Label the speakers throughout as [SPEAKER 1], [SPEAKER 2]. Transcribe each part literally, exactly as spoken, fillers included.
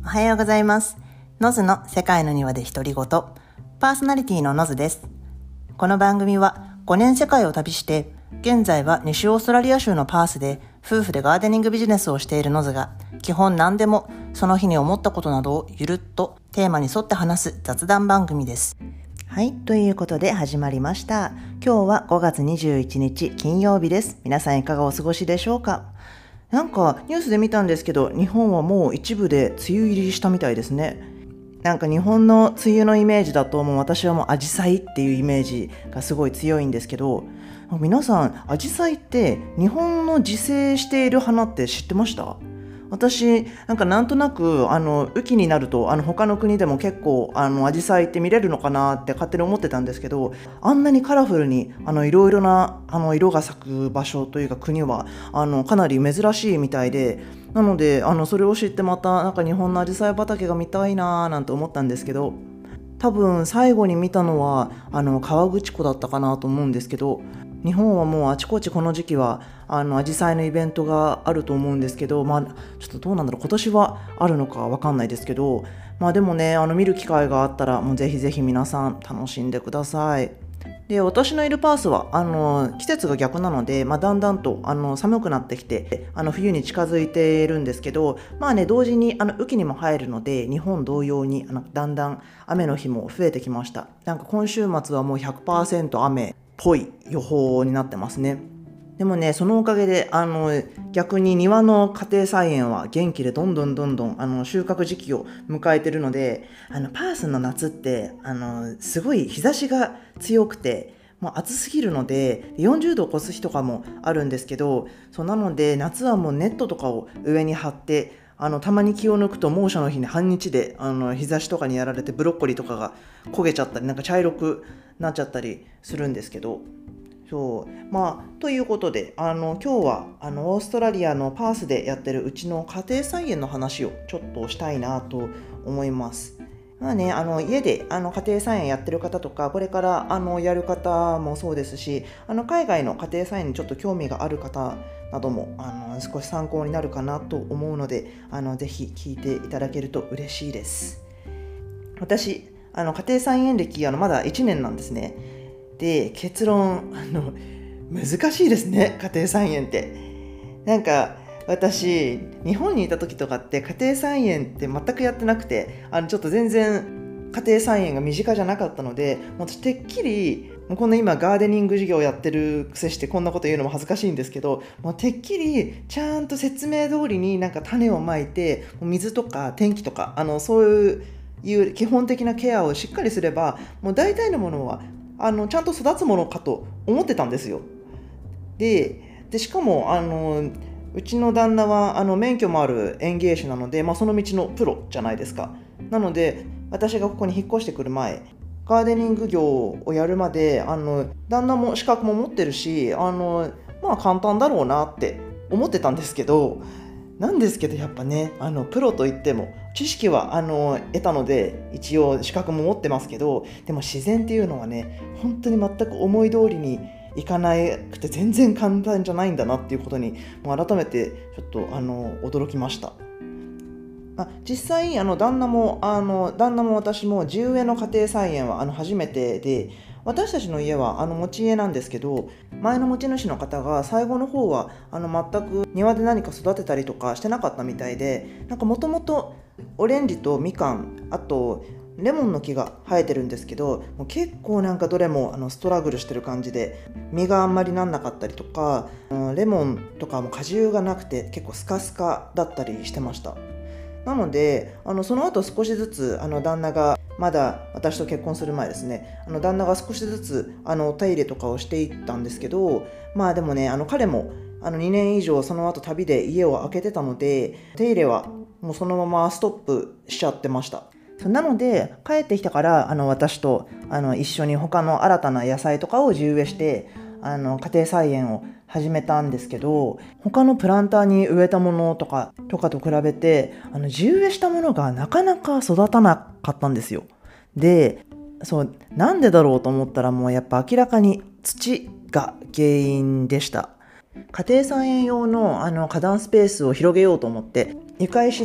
[SPEAKER 1] おはようございます。ノズの世界の庭で独り言、パーソナリティのノズです。この番組はごねん世界を旅して、現在は西オーストラリア州のパースで夫婦でガーデニングビジネスをしているノズが、基本何でもその日に思ったことなどをゆるっとテーマに沿って話す雑談番組です。はい、ということで始まりました。今日はごがつにじゅういちにち金曜日です。皆さんいかがお過ごしでしょうか。なんかニュースで見たんですけど、日本はもう一部で梅雨入りしたみたいですね。なんか日本の梅雨のイメージだともう私はもうアジサイっていうイメージがすごい強いんですけど、皆さんアジサイって日本の自生している花って知ってました？私なんかなんとなくあの雨季になるとあの他の国でも結構あのアジサイって見れるのかなって勝手に思ってたんですけど、あんなにカラフルにあのいろいろなあの色が咲く場所というか国はあのかなり珍しいみたいで、なのであのそれを知ってまたなんか日本のアジサイ畑が見たいなーなんて思ったんですけど、多分最後に見たのはあの河口湖だったかなと思うんですけど、日本はもうあちこちこの時期はあのアジサイのイベントがあると思うんですけど、まあちょっとどうなんだろう、今年はあるのかわかんないですけど、まあでもね、あの見る機会があったらもうぜひぜひ皆さん楽しんでください。で、私のいるパースはあの季節が逆なので、まあ、だんだんとあの寒くなってきてあの冬に近づいているんですけど、まあね、同時にあの雨季にも入るので日本同様にあのだんだん雨の日も増えてきました。なんか今週末はもう ひゃくパーセント 雨っぽい予報になってますね。でもね、そのおかげであの逆に庭の家庭菜園は元気でどんどんどんどんあの収穫時期を迎えてるので、あのパースの夏ってあのすごい日差しが強くてもう暑すぎるのでよんじゅうどを超す日とかもあるんですけど、そうなので夏はもうネットとかを上に張って、あのたまに気を抜くと猛暑の日に半日であの日差しとかにやられてブロッコリーとかが焦げちゃったりなんか茶色くなっちゃったりするんですけど、そうまあということであの今日はあのオーストラリアのパースでやってるうちの家庭菜園の話をちょっとしたいなと思います。まあね、あの家であの家庭菜園やってる方とかこれからあのやる方もそうですし、あの海外の家庭菜園にちょっと興味がある方などもあの少し参考になるかなと思うので、あのぜひ聞いていただけると嬉しいです。私あの家庭菜園歴あのまだいちねんなんですね。で、結論あの難しいですね、家庭菜園って。なんか私日本にいた時とかって家庭菜園って全くやってなくて、あのちょっと全然家庭菜園が身近じゃなかったので、もう私てっきりもうこんな今ガーデニング授業やってるくせしてこんなこと言うのも恥ずかしいんですけど、もうてっきりちゃんと説明通りになんか種をまいて水とか天気とかあのそういういう基本的なケアをしっかりすればもう大体のものはあのちゃんと育つものかと思ってたんですよ。で、でしかもあのうちの旦那はあの免許もある園芸士なので、まあ、その道のプロじゃないですか。なので私がここに引っ越してくる前、ガーデニング業をやるまであの旦那も資格も持ってるし、あのまあ簡単だろうなって思ってたんですけど、なんですけどやっぱね、あのプロといっても知識はあの得たので一応資格も持ってますけど、でも自然っていうのはね本当に全く思い通りにいかなくて全然簡単じゃないんだなっていうことにもう改めてちょっとあの驚きました。まあ、実際あの旦那もあの旦那も私も地植えの家庭菜園はあの初めてで、私たちの家はあの持ち家なんですけど、前の持ち主の方が最後の方はあの全く庭で何か育てたりとかしてなかったみたいで、なんかもともとオレンジとみかん、あとレモンの木が生えてるんですけど、もう結構なんかどれもあのストラグルしてる感じで実があんまりなんなかったりとか、レモンとかも果汁がなくて結構スカスカだったりしてました。なのであのその後少しずつあの旦那がまだ私と結婚する前ですね、あの旦那が少しずつあのお手入れとかをしていったんですけど、まあでもね、あの彼もあのにねん以上その後旅で家を空けてたので、手入れはもうそのままストップしちゃってました。なので帰ってきたからあの私とあの一緒に他の新たな野菜とかを地植えしてあの家庭菜園を始めたんですけど、他のプランターに植えたものとかとかと比べてあの地植えしたものがなかなか育たなかったんですよ。で、そうなんでだろうと思ったらもうやっぱ明らかに土が原因でした。家庭菜園用のあの花壇スペースを広げようと思って床石で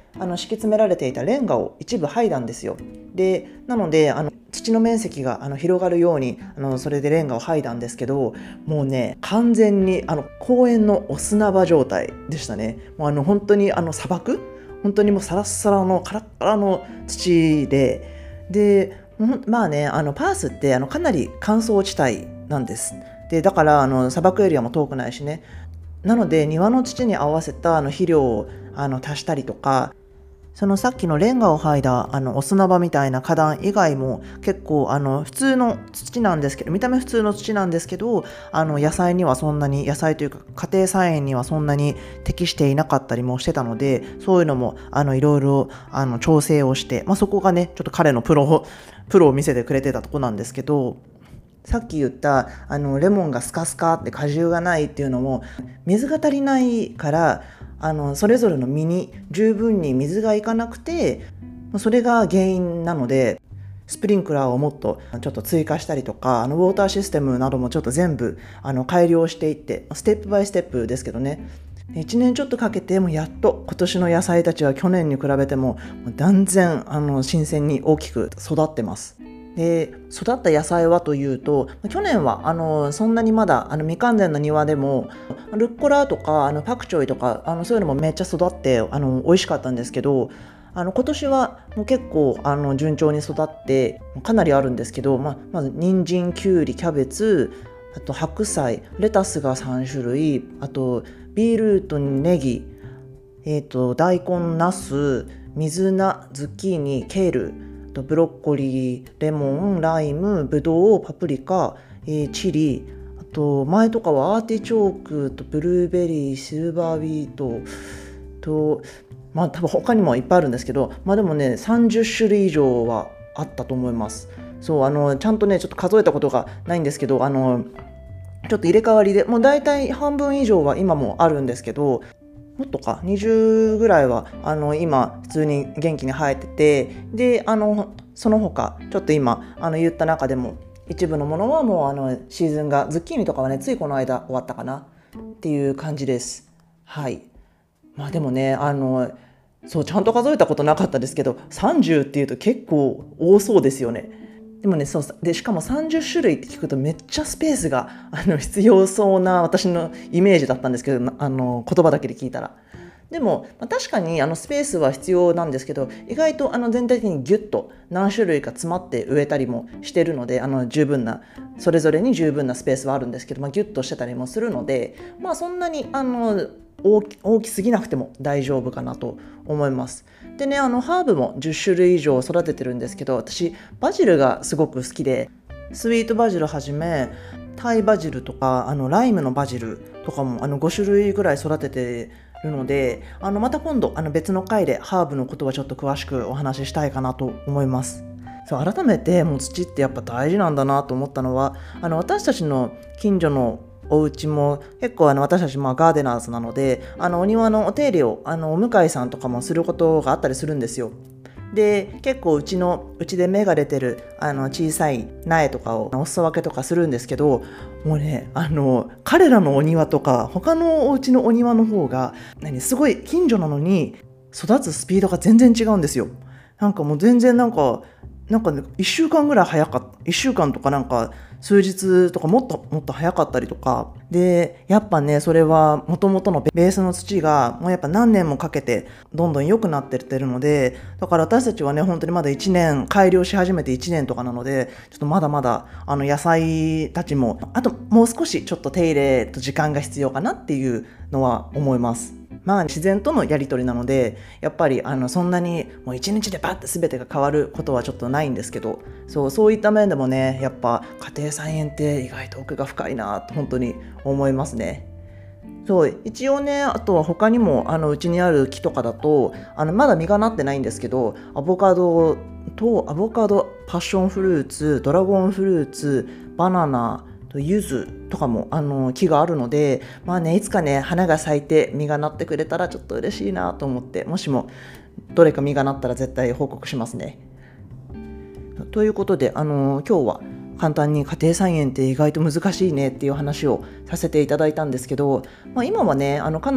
[SPEAKER 1] あの敷き詰められていたレンガを一部剥いだんですよ。でなのであの土の面積があの広がるようにあのそれでレンガを剥いだんですけど、もうね完全にあの公園のお砂場状態でしたね。もうあの本当にあの砂漠、本当にもうサラッサラのカラッカラの土で、でまあねあのパースってあのかなり乾燥地帯なんです。でだからあの砂漠エリアも遠くないしね、なので庭の土に合わせたあの肥料をあの足したりとか、そのさっきのレンガを剥いだあのお砂場みたいな花壇以外も結構あの普通の土なんですけど、見た目普通の土なんですけど、あの野菜にはそんなに、野菜というか家庭菜園にはそんなに適していなかったりもしてたので、そういうのもあのいろいろあの調整をして、まあ、そこがねちょっと彼のプロをプロを見せてくれてたとこなんですけど、さっき言ったあのレモンがスカスカって果汁がないっていうのも、水が足りないからあのそれぞれの実に十分に水がいかなくて、それが原因なので、スプリンクラーをもっとちょっと追加したりとか、あのウォーターシステムなどもちょっと全部あの改良していって、ステップバイステップですけどね、いちねんちょっとかけてもやっと今年の野菜たちは去年に比べても断然あの新鮮に大きく育ってます。で育った野菜はというと、去年はあのそんなにまだあの未完全な庭でもルッコラとかあのパクチョイとかあのそういうのもめっちゃ育ってあの美味しかったんですけど、あの今年はもう結構あの順調に育ってかなりあるんですけど、ままず人参、きゅうり、キャベツ、あと白菜、レタスがさんしゅるい、あとビールートにネギ、えーと大根、ナス、水菜、ズッキーニ、ケール、ブロッコリー、レモン、ライム、ブドウ、パプリカ、えー、チリ、あと前とかはアーティチョークとブルーベリー、シルバーウィートと、まあ多分他にもいっぱいあるんですけど、まあでもねさんじゅっしゅるい以上はあったと思います。そうあのちゃんとねちょっと数えたことがないんですけど、あのちょっと入れ替わりでもうだいたい半分以上は今もあるんですけど、もっとかにじゅうぐらいはあの今普通に元気に生えてて、であのその他ちょっと今あの言った中でも一部のものはもうあのシーズンが、ズッキーニとかはねついこの間終わったかなっていう感じです。はい。まあでもねあのそうちゃんと数えたことなかったですけど、さんじゅうっていうと結構多そうですよね。でもねそうでしかもさんじゅっしゅるいって聞くとめっちゃスペースがあの必要そうな私のイメージだったんですけど、あの言葉だけで聞いたら。でも、まあ、確かにあのスペースは必要なんですけど、意外とあの全体的にギュッと何種類か詰まって植えたりもしてるので、あの十分なそれぞれに十分なスペースはあるんですけど、まあ、ギュッとしてたりもするので、まあそんなにあの大き、大きすぎなくても大丈夫かなと思います。でね、あのハーブもじゅっしゅるい以上育ててるんですけど、私バジルがすごく好きで、スイートバジルはじめタイバジルとかあのライムのバジルとかもあのごしゅるいぐらい育ててるので、あのまた今度あの別の回でハーブのことはちょっと詳しくお話ししたいかなと思います。そう改めてもう土ってやっぱ大事なんだなと思ったのは、あの私たちの近所のお家も結構あの私たちまあガーデナーズなので、あのお庭のお手入れをあのお向井さんとかもすることがあったりするんですよ。で結構うちのうちで芽が出てるあの小さい苗とかをお裾分けとかするんですけど、もうねあの彼らのお庭とか他のお家のお庭の方が何すごい近所なのに育つスピードが全然違うんですよ。なんかもう全然なんかなんか、ね、いっしゅうかんぐらい早かった、いっしゅうかんとかなんか数日とかもっともっと早かったりとかで、やっぱねそれは元々のベースの土がもうやっぱ何年もかけてどんどん良くなってってるので、だから私たちはね本当にまだいちねん改良し始めていちねんとかなので、ちょっとまだまだあの野菜たちもあともう少しちょっと手入れと時間が必要かなっていうのは思います。まあ自然とのやり取りなので、やっぱりあのそんなにもう一日でバッて全てが変わることはちょっとないんですけど、そうそういった面でもねやっぱ家庭菜園って意外と奥が深いなと本当に思いますね。そう一応ね、あとは他にもあのうちにある木とかだとあのまだ実がなってないんですけど、アボカドとアボカド、パッションフルーツ、ドラゴンフルーツ、バナナ、柚子とかもあの木があるので、まあねいつかね花が咲いて実がなってくれたらちょっと嬉しいなと思って、もしもどれか実がなったら絶対報告しますね。ということであの今日は簡単に家庭菜園って意外と難しいねっていう話をさせていただいたんですけど、まあ、今はねあのかなり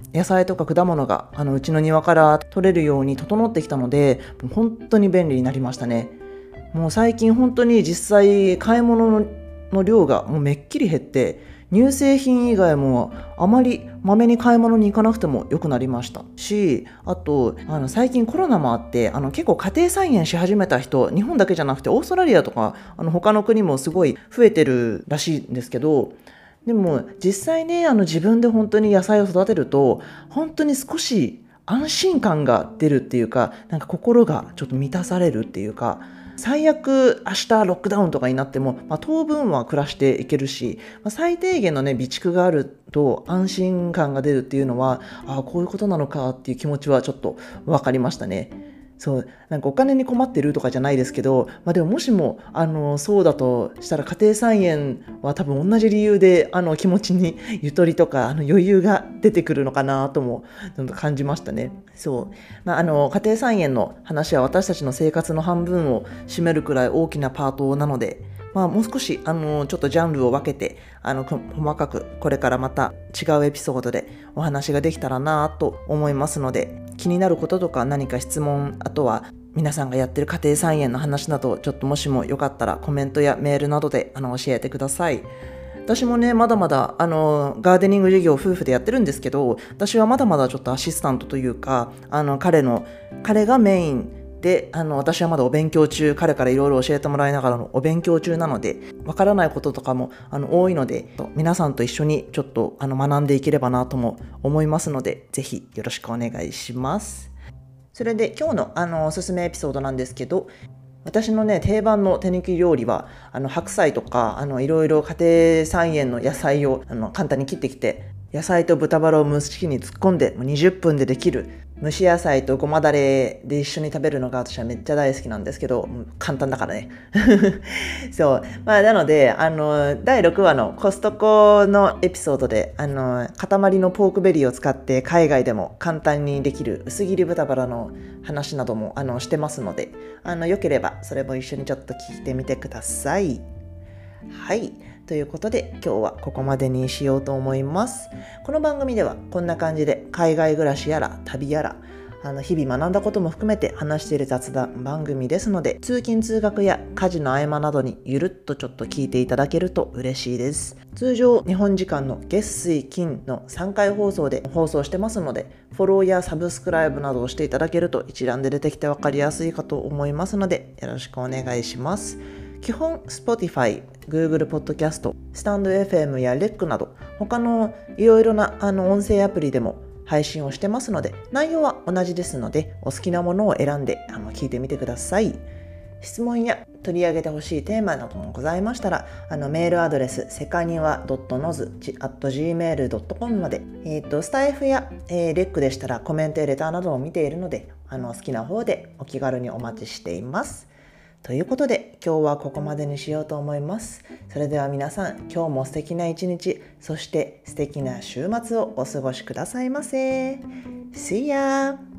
[SPEAKER 1] 野菜とか果物があのうちの庭から取れるように整ってきたので、本当に便利になりましたね。もう最近本当に実際買い物の量がもうめっきり減って、乳製品以外もあまりまめに買い物に行かなくてもよくなりましたし、あとあの最近コロナもあってあの結構家庭菜園し始めた人、日本だけじゃなくてオーストラリアとかあの他の国もすごい増えてるらしいんですけど、でも実際ね、あの自分で本当に野菜を育てると本当に少し安心感が出るっていうか、なんか心がちょっと満たされるっていうか、最悪明日ロックダウンとかになっても、まあ、当分は暮らしていけるし、まあ、最低限のね備蓄があると安心感が出るっていうのは、ああこういうことなのかっていう気持ちはちょっと分かりましたね。そうなんかお金に困ってるとかじゃないですけど、まあ、でももしもあのそうだとしたら、家庭菜園は多分同じ理由であの気持ちにゆとりとかあの余裕が出てくるのかなとも感じましたね。そう、まあ、あの家庭菜園の話は私たちの生活の半分を占めるくらい大きなパートなので、まあ、もう少しあのちょっとジャンルを分けてあの細かくこれからまた違うエピソードでお話ができたらなと思いますので、気になることとか何か質問、あとは皆さんがやってる家庭菜園の話など、ちょっともしもよかったらコメントやメールなどであの教えてください。私もねまだまだあのガーデニング事業を夫婦でやってるんですけど、私はまだまだちょっとアシスタントというか、あの彼の彼がメインで、あの私はまだお勉強中、彼からいろいろ教えてもらいながらのお勉強中なので、わからないこととかもあの多いので、皆さんと一緒にちょっとあの学んでいければなとも思いますので、ぜひよろしくお願いします。それで今日のあのおすすめエピソードなんですけど、私のね定番の手抜き料理はあの白菜とかあのいろいろ家庭菜園の野菜をあの簡単に切ってきて、野菜と豚バラを蒸し器に突っ込んでもうにじゅっぷんでできる蒸し野菜とごまだれで一緒に食べるのが私はめっちゃ大好きなんですけど、簡単だからねそうまあなのであのだいろくわのコストコのエピソードであの塊のポークベリーを使って海外でも簡単にできる薄切り豚バラの話などもあのしてますので、あのよければそれも一緒にちょっと聞いてみてください。はい、ということで今日はここまでにしようと思います。この番組ではこんな感じで海外暮らしやら旅やらあの日々学んだことも含めて話している雑談番組ですので、通勤通学や家事の合間などにゆるっとちょっと聞いていただけると嬉しいです。通常日本時間の月水金のさんかい放送で放送してますので、フォローやサブスクライブなどをしていただけると一覧で出てきて分かりやすいかと思いますので、よろしくお願いします。基本 Spotify、Google Podcast、スタンド エフエム や レック など他のいろいろなあの音声アプリでも配信をしてますので、内容は同じですのでお好きなものを選んであの聞いてみてください。質問や取り上げてほしいテーマなどもございましたら、あのメールアドレスセカニワ ドットノズ アット ジーメール ドットコム まで、えーと、スタイフや、えー、レックでしたらコメントやレターなどを見ているので、あの好きな方でお気軽にお待ちしています。ということで今日はここまでにしようと思います。それでは皆さん、今日も素敵な一日、そして素敵な週末をお過ごしくださいませ。See ya!